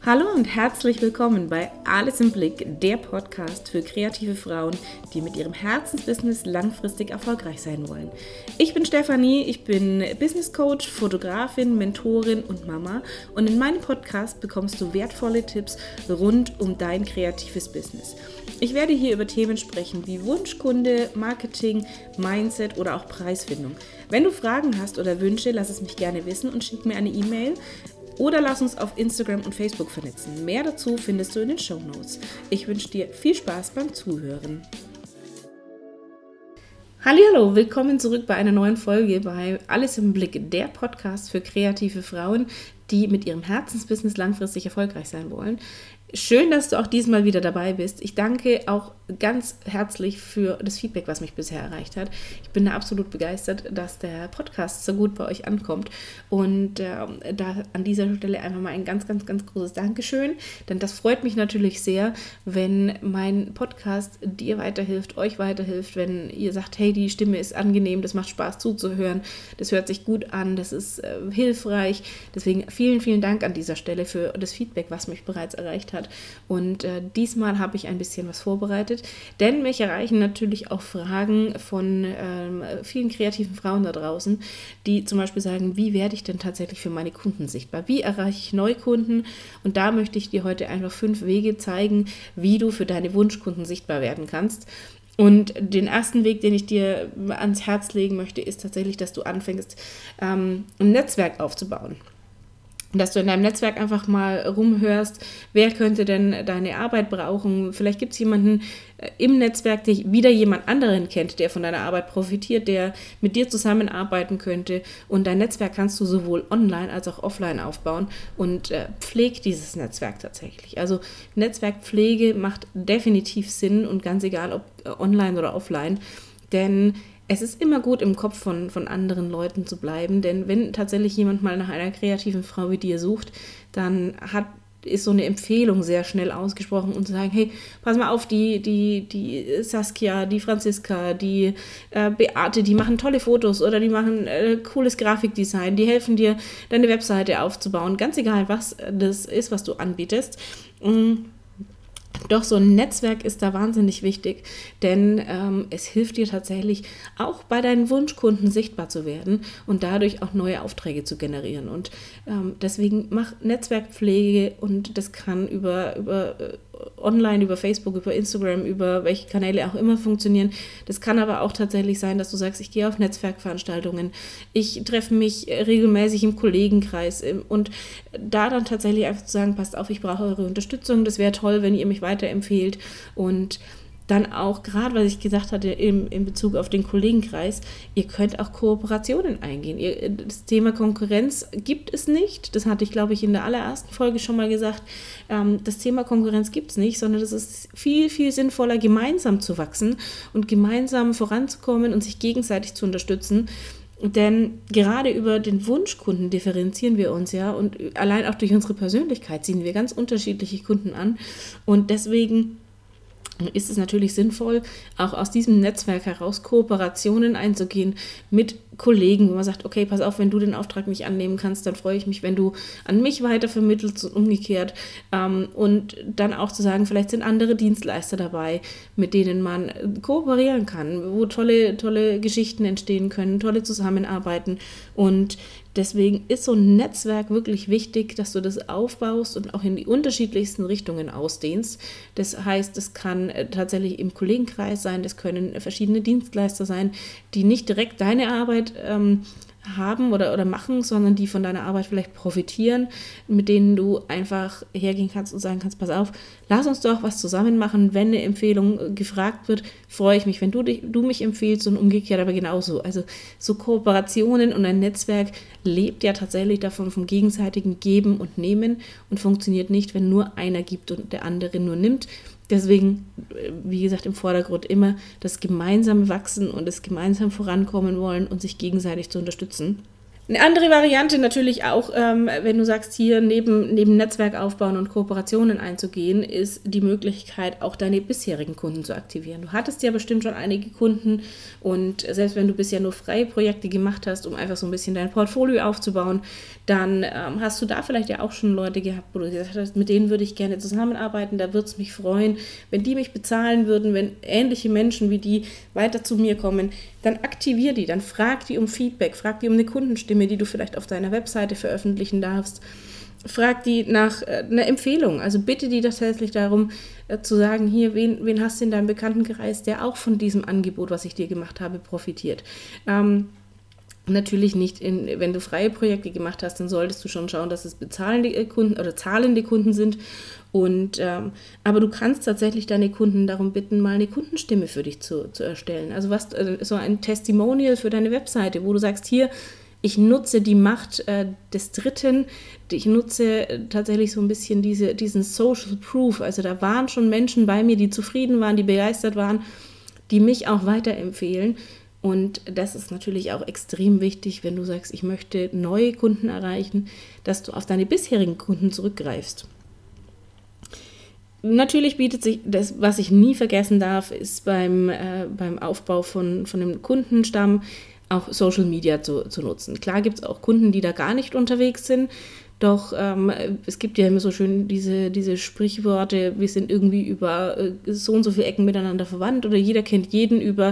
Hallo und herzlich willkommen bei Alles im Blick, der Podcast für kreative Frauen, die mit ihrem Herzensbusiness langfristig erfolgreich sein wollen. Ich bin Stefanie, ich bin Business Coach, Fotografin, Mentorin und Mama und in meinem Podcast bekommst du wertvolle Tipps rund um dein kreatives Business. Ich werde hier über Themen sprechen wie Wunschkunde, Marketing, Mindset oder auch Preisfindung. Wenn du Fragen hast oder Wünsche, lass es mich gerne wissen und schick mir eine E-Mail. Oder lass uns auf Instagram und Facebook vernetzen. Mehr dazu findest du in den Shownotes. Ich wünsche dir viel Spaß beim Zuhören. Hallihallo, willkommen zurück bei einer neuen Folge bei Alles im Blick, der Podcast für kreative Frauen, die mit ihrem Herzensbusiness langfristig erfolgreich sein wollen. Schön, dass du auch diesmal wieder dabei bist. Ich danke auch ganz herzlich für das Feedback, was mich bisher erreicht hat. Ich bin da absolut begeistert, dass der Podcast so gut bei euch ankommt. Und da an dieser Stelle einfach mal ein ganz, ganz, ganz großes Dankeschön. Denn das freut mich natürlich sehr, wenn mein Podcast dir weiterhilft, euch weiterhilft, wenn ihr sagt, hey, die Stimme ist angenehm, das macht Spaß zuzuhören, das hört sich gut an, das ist hilfreich. Deswegen vielen, vielen Dank an dieser Stelle für das Feedback, was mich bereits erreicht hat. Und diesmal habe ich ein bisschen was vorbereitet, denn mich erreichen natürlich auch Fragen von vielen kreativen Frauen da draußen, die zum Beispiel sagen, wie werde ich denn tatsächlich für meine Kunden sichtbar? Wie erreiche ich Neukunden? Und da möchte ich dir heute einfach 5 Wege zeigen, wie du für deine Wunschkunden sichtbar werden kannst. Und den ersten Weg, den ich dir ans Herz legen möchte, ist tatsächlich, dass du anfängst, ein Netzwerk aufzubauen. Dass du in deinem Netzwerk einfach mal rumhörst, wer könnte denn deine Arbeit brauchen. Vielleicht gibt es jemanden im Netzwerk, der wieder jemand anderen kennt, der von deiner Arbeit profitiert, der mit dir zusammenarbeiten könnte. Und dein Netzwerk kannst du sowohl online als auch offline aufbauen und pfleg dieses Netzwerk tatsächlich. Also Netzwerkpflege macht definitiv Sinn und ganz egal, ob online oder offline, denn es ist immer gut, im Kopf von anderen Leuten zu bleiben, denn wenn tatsächlich jemand mal nach einer kreativen Frau wie dir sucht, dann ist so eine Empfehlung sehr schnell ausgesprochen und zu sagen, hey, pass mal auf, die Saskia, die Franziska, die Beate, die machen tolle Fotos oder die machen cooles Grafikdesign, die helfen dir, deine Webseite aufzubauen, ganz egal, was das ist, was du anbietest. Doch so ein Netzwerk ist da wahnsinnig wichtig, denn es hilft dir tatsächlich auch bei deinen Wunschkunden sichtbar zu werden und dadurch auch neue Aufträge zu generieren. Und deswegen mach Netzwerkpflege und das kann über online, über Facebook, über Instagram, über welche Kanäle auch immer funktionieren. Das kann aber auch tatsächlich sein, dass du sagst, ich gehe auf Netzwerkveranstaltungen, ich treffe mich regelmäßig im Kollegenkreis und da dann tatsächlich einfach zu sagen, passt auf, ich brauche eure Unterstützung, das wäre toll, wenn ihr mich weiterempfehlt und dann auch, gerade was ich gesagt hatte in Bezug auf den Kollegenkreis, ihr könnt auch Kooperationen eingehen. Das Thema Konkurrenz gibt es nicht. Das hatte ich, glaube ich, in der allerersten Folge schon mal gesagt. Das Thema Konkurrenz gibt es nicht, sondern es ist viel, viel sinnvoller, gemeinsam zu wachsen und gemeinsam voranzukommen und sich gegenseitig zu unterstützen. Denn gerade über den Wunschkunden differenzieren wir uns ja und allein auch durch unsere Persönlichkeit ziehen wir ganz unterschiedliche Kunden an. Und deswegen ist es natürlich sinnvoll, auch aus diesem Netzwerk heraus Kooperationen einzugehen mit Kollegen, wo man sagt, okay, pass auf, wenn du den Auftrag nicht annehmen kannst, dann freue ich mich, wenn du an mich weitervermittelst und umgekehrt. Und dann auch zu sagen, vielleicht sind andere Dienstleister dabei, mit denen man kooperieren kann, wo tolle Geschichten entstehen können, tolle Zusammenarbeiten und deswegen ist so ein Netzwerk wirklich wichtig, dass du das aufbaust und auch in die unterschiedlichsten Richtungen ausdehnst. Das heißt, es kann tatsächlich im Kollegenkreis sein, das können verschiedene Dienstleister sein, die nicht direkt deine Arbeit haben oder machen, sondern die von deiner Arbeit vielleicht profitieren, mit denen du einfach hergehen kannst und sagen kannst, pass auf, lass uns doch was zusammen machen, wenn eine Empfehlung gefragt wird, freue ich mich, wenn du mich empfiehlst und umgekehrt aber genauso. Also so Kooperationen und ein Netzwerk lebt ja tatsächlich davon vom gegenseitigen Geben und Nehmen und funktioniert nicht, wenn nur einer gibt und der andere nur nimmt. Deswegen, wie gesagt, im Vordergrund immer das gemeinsame Wachsen und das gemeinsam vorankommen wollen und sich gegenseitig zu unterstützen. Eine andere Variante natürlich auch, wenn du sagst, hier neben Netzwerk aufbauen und Kooperationen einzugehen, ist die Möglichkeit, auch deine bisherigen Kunden zu aktivieren. Du hattest ja bestimmt schon einige Kunden und selbst wenn du bisher nur freie Projekte gemacht hast, um einfach so ein bisschen dein Portfolio aufzubauen, dann hast du da vielleicht ja auch schon Leute gehabt, wo du gesagt hast, mit denen würde ich gerne zusammenarbeiten, da würde es mich freuen, wenn die mich bezahlen würden, wenn ähnliche Menschen wie die weiter zu mir kommen, dann aktivier die, dann frag die um Feedback, frag die um eine Kundenstimme, die du vielleicht auf deiner Webseite veröffentlichen darfst. Frag die nach einer Empfehlung, also bitte die tatsächlich darum zu sagen, hier, wen hast du in deinem Bekanntenkreis, der auch von diesem Angebot, was ich dir gemacht habe, profitiert. Natürlich nicht, wenn du freie Projekte gemacht hast, dann solltest du schon schauen, dass es bezahlende Kunden oder zahlende Kunden sind. Aber du kannst tatsächlich deine Kunden darum bitten, mal eine Kundenstimme für dich zu erstellen. Also so ein Testimonial für deine Webseite, wo du sagst, hier, ich nutze die Macht des Dritten, ich nutze tatsächlich so ein bisschen diesen Social Proof. Also da waren schon Menschen bei mir, die zufrieden waren, die begeistert waren, die mich auch weiterempfehlen. Und das ist natürlich auch extrem wichtig, wenn du sagst, ich möchte neue Kunden erreichen, dass du auf deine bisherigen Kunden zurückgreifst. Natürlich bietet sich das, was ich nie vergessen darf, ist beim Aufbau von einem Kundenstamm auch Social Media zu nutzen. Klar gibt es auch Kunden, die da gar nicht unterwegs sind, doch es gibt ja immer so schön diese Sprichworte, wir sind irgendwie über so und so viele Ecken miteinander verwandt oder jeder kennt jeden über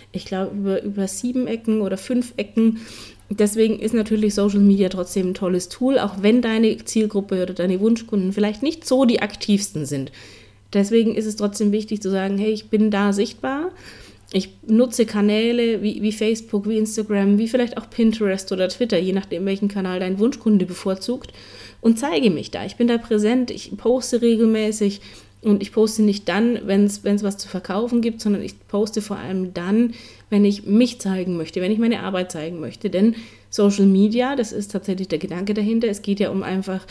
7 Ecken oder 5 Ecken. Deswegen ist natürlich Social Media trotzdem ein tolles Tool, auch wenn deine Zielgruppe oder deine Wunschkunden vielleicht nicht so die aktivsten sind. Deswegen ist es trotzdem wichtig zu sagen, hey, ich bin da sichtbar. Ich nutze Kanäle wie Facebook, wie Instagram, wie vielleicht auch Pinterest oder Twitter, je nachdem, welchen Kanal dein Wunschkunde bevorzugt, und zeige mich da. Ich bin da präsent, ich poste regelmäßig. Und ich poste nicht dann, wenn es was zu verkaufen gibt, sondern ich poste vor allem dann, wenn ich mich zeigen möchte, wenn ich meine Arbeit zeigen möchte. Denn Social Media, das ist tatsächlich der Gedanke dahinter, es geht ja um einfach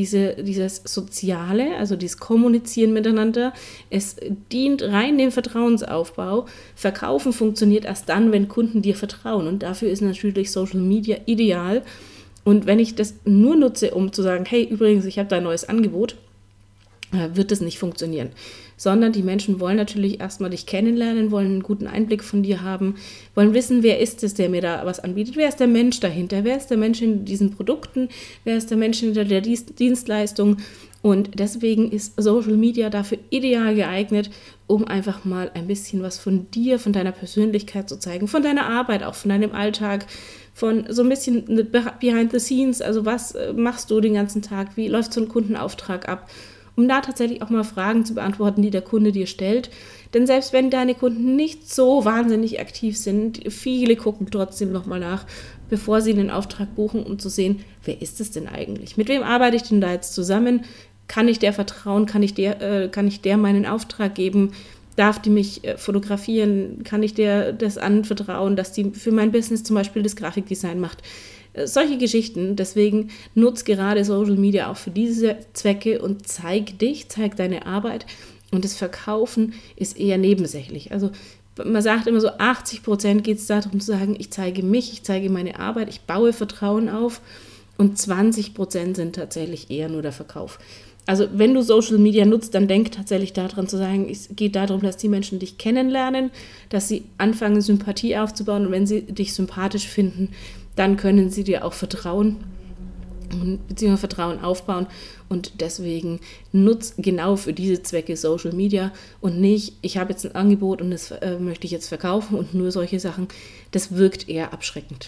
dieses Soziale, also dieses Kommunizieren miteinander. Es dient rein dem Vertrauensaufbau. Verkaufen funktioniert erst dann, wenn Kunden dir vertrauen. Und dafür ist natürlich Social Media ideal. Und wenn ich das nur nutze, um zu sagen, hey, übrigens, ich habe da ein neues Angebot, wird es nicht funktionieren. Sondern die Menschen wollen natürlich erstmal dich kennenlernen, wollen einen guten Einblick von dir haben, wollen wissen, wer ist es, der mir da was anbietet, wer ist der Mensch dahinter, wer ist der Mensch in diesen Produkten, wer ist der Mensch hinter der Dienstleistung. Und deswegen ist Social Media dafür ideal geeignet, um einfach mal ein bisschen was von dir, von deiner Persönlichkeit zu zeigen, von deiner Arbeit, auch von deinem Alltag, von so ein bisschen behind the scenes, also was machst du den ganzen Tag, wie läuft so ein Kundenauftrag ab, um da tatsächlich auch mal Fragen zu beantworten, die der Kunde dir stellt. Denn selbst wenn deine Kunden nicht so wahnsinnig aktiv sind, viele gucken trotzdem nochmal nach, bevor sie den Auftrag buchen, um zu sehen, wer ist es denn eigentlich? Mit wem arbeite ich denn da jetzt zusammen? Kann ich der vertrauen? Kann ich der meinen Auftrag geben? Darf die mich fotografieren? Kann ich der das anvertrauen, dass die für mein Business zum Beispiel das Grafikdesign macht? Solche Geschichten, deswegen nutz gerade Social Media auch für diese Zwecke und zeig deine Arbeit, und das Verkaufen ist eher nebensächlich. Also man sagt immer so, 80% geht es darum zu sagen, ich zeige mich, ich zeige meine Arbeit, ich baue Vertrauen auf, und 20% sind tatsächlich eher nur der Verkauf. Also wenn du Social Media nutzt, dann denk tatsächlich daran zu sagen, es geht darum, dass die Menschen dich kennenlernen, dass sie anfangen, Sympathie aufzubauen, und wenn sie dich sympathisch finden, dann können sie dir auch vertrauen, beziehungsweise Vertrauen aufbauen. Und deswegen nutz genau für diese Zwecke Social Media und nicht, ich habe jetzt ein Angebot und das möchte ich jetzt verkaufen und nur solche Sachen. Das wirkt eher abschreckend.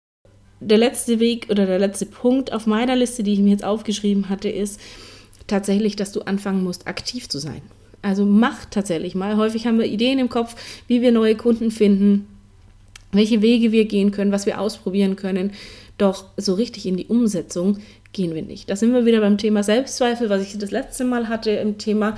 Der letzte Weg oder der letzte Punkt auf meiner Liste, die ich mir jetzt aufgeschrieben hatte, ist tatsächlich, dass du anfangen musst, aktiv zu sein. Also mach tatsächlich mal. Häufig haben wir Ideen im Kopf, wie wir neue Kunden finden, welche Wege wir gehen können, was wir ausprobieren können. Doch so richtig in die Umsetzung gehen wir nicht. Da sind wir wieder beim Thema Selbstzweifel, was ich das letzte Mal hatte im Thema.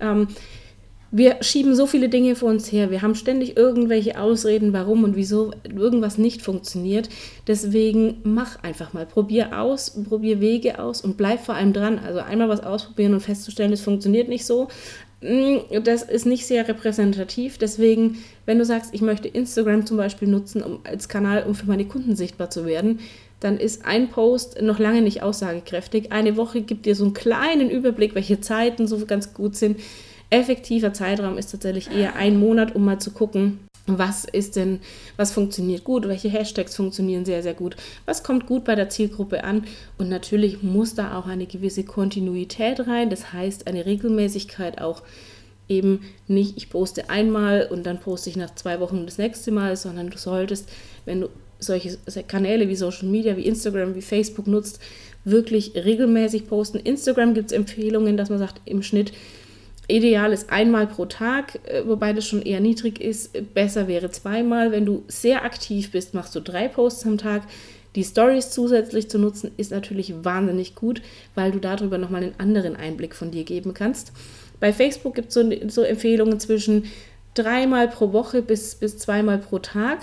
Wir schieben so viele Dinge vor uns her. Wir haben ständig irgendwelche Ausreden, warum und wieso irgendwas nicht funktioniert. Deswegen mach einfach mal. Probier Wege aus und bleib vor allem dran. Also einmal was ausprobieren und festzustellen, es funktioniert nicht so. Das ist nicht sehr repräsentativ. Deswegen, wenn du sagst, ich möchte Instagram zum Beispiel nutzen als Kanal, um für meine Kunden sichtbar zu werden, dann ist ein Post noch lange nicht aussagekräftig. Eine Woche gibt dir so einen kleinen Überblick, welche Zeiten so ganz gut sind. Effektiver Zeitraum ist tatsächlich eher 1 Monat, um mal zu gucken, was funktioniert gut, welche Hashtags funktionieren sehr, sehr gut, was kommt gut bei der Zielgruppe an, und natürlich muss da auch eine gewisse Kontinuität rein, das heißt eine Regelmäßigkeit auch, eben nicht, ich poste einmal und dann poste ich nach 2 Wochen das nächste Mal, sondern du solltest, wenn du solche Kanäle wie Social Media, wie Instagram, wie Facebook nutzt, wirklich regelmäßig posten. Instagram gibt es Empfehlungen, dass man sagt, im Schnitt ideal ist 1-mal pro Tag, wobei das schon eher niedrig ist. Besser wäre 2-mal. Wenn du sehr aktiv bist, machst du 3 Posts am Tag. Die Stories zusätzlich zu nutzen, ist natürlich wahnsinnig gut, weil du darüber nochmal einen anderen Einblick von dir geben kannst. Bei Facebook gibt es so Empfehlungen zwischen 3-mal pro Woche bis 2-mal pro Tag.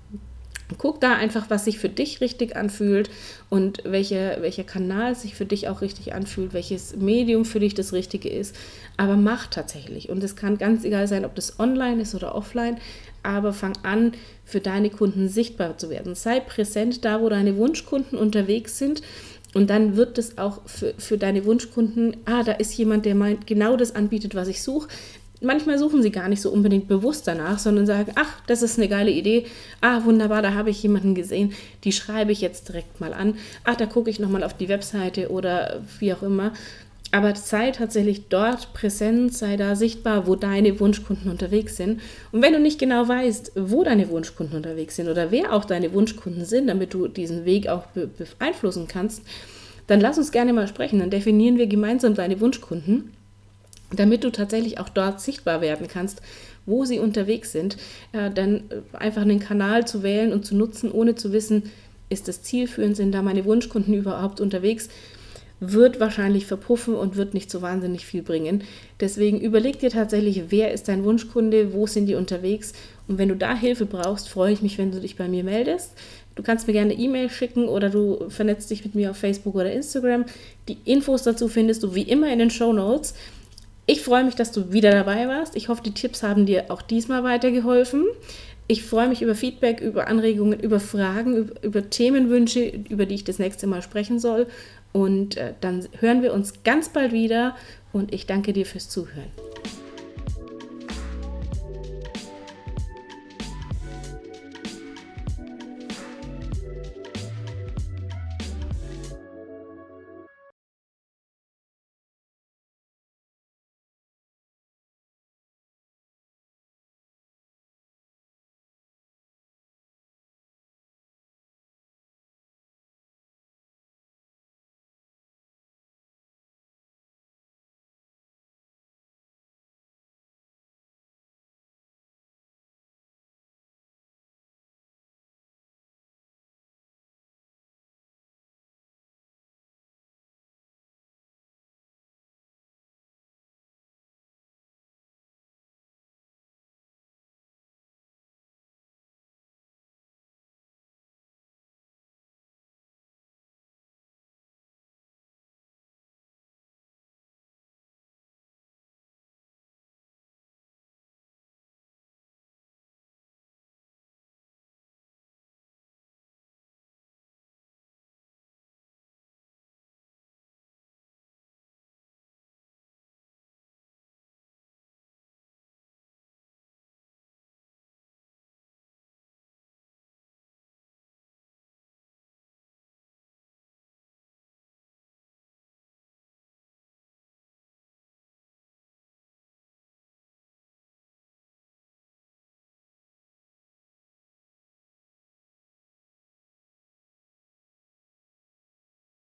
Guck da einfach, was sich für dich richtig anfühlt und welcher Kanal sich für dich auch richtig anfühlt, welches Medium für dich das Richtige ist. Aber mach tatsächlich. Und es kann ganz egal sein, ob das online ist oder offline, aber fang an, für deine Kunden sichtbar zu werden. Sei präsent da, wo deine Wunschkunden unterwegs sind. Und dann wird es auch für deine Wunschkunden, da ist jemand, der genau das anbietet, was ich suche. Manchmal suchen sie gar nicht so unbedingt bewusst danach, sondern sagen, ach, das ist eine geile Idee, wunderbar, da habe ich jemanden gesehen, die schreibe ich jetzt direkt mal an, da gucke ich nochmal auf die Webseite oder wie auch immer. Aber sei tatsächlich dort präsent, sei da sichtbar, wo deine Wunschkunden unterwegs sind. Und wenn du nicht genau weißt, wo deine Wunschkunden unterwegs sind oder wer auch deine Wunschkunden sind, damit du diesen Weg auch beeinflussen kannst, dann lass uns gerne mal sprechen. Dann definieren wir gemeinsam deine Wunschkunden, damit du tatsächlich auch dort sichtbar werden kannst, wo sie unterwegs sind. Dann einfach einen Kanal zu wählen und zu nutzen, ohne zu wissen, ist das zielführend, sind da meine Wunschkunden überhaupt unterwegs, wird wahrscheinlich verpuffen und wird nicht so wahnsinnig viel bringen. Deswegen überleg dir tatsächlich, wer ist dein Wunschkunde, wo sind die unterwegs, und wenn du da Hilfe brauchst, freue ich mich, wenn du dich bei mir meldest. Du kannst mir gerne eine E-Mail schicken oder du vernetzt dich mit mir auf Facebook oder Instagram. Die Infos dazu findest du wie immer in den Shownotes. Ich freue mich, dass du wieder dabei warst. Ich hoffe, die Tipps haben dir auch diesmal weitergeholfen. Ich freue mich über Feedback, über Anregungen, über Fragen, über Themenwünsche, über die ich das nächste Mal sprechen soll. Und dann hören wir uns ganz bald wieder und ich danke dir fürs Zuhören.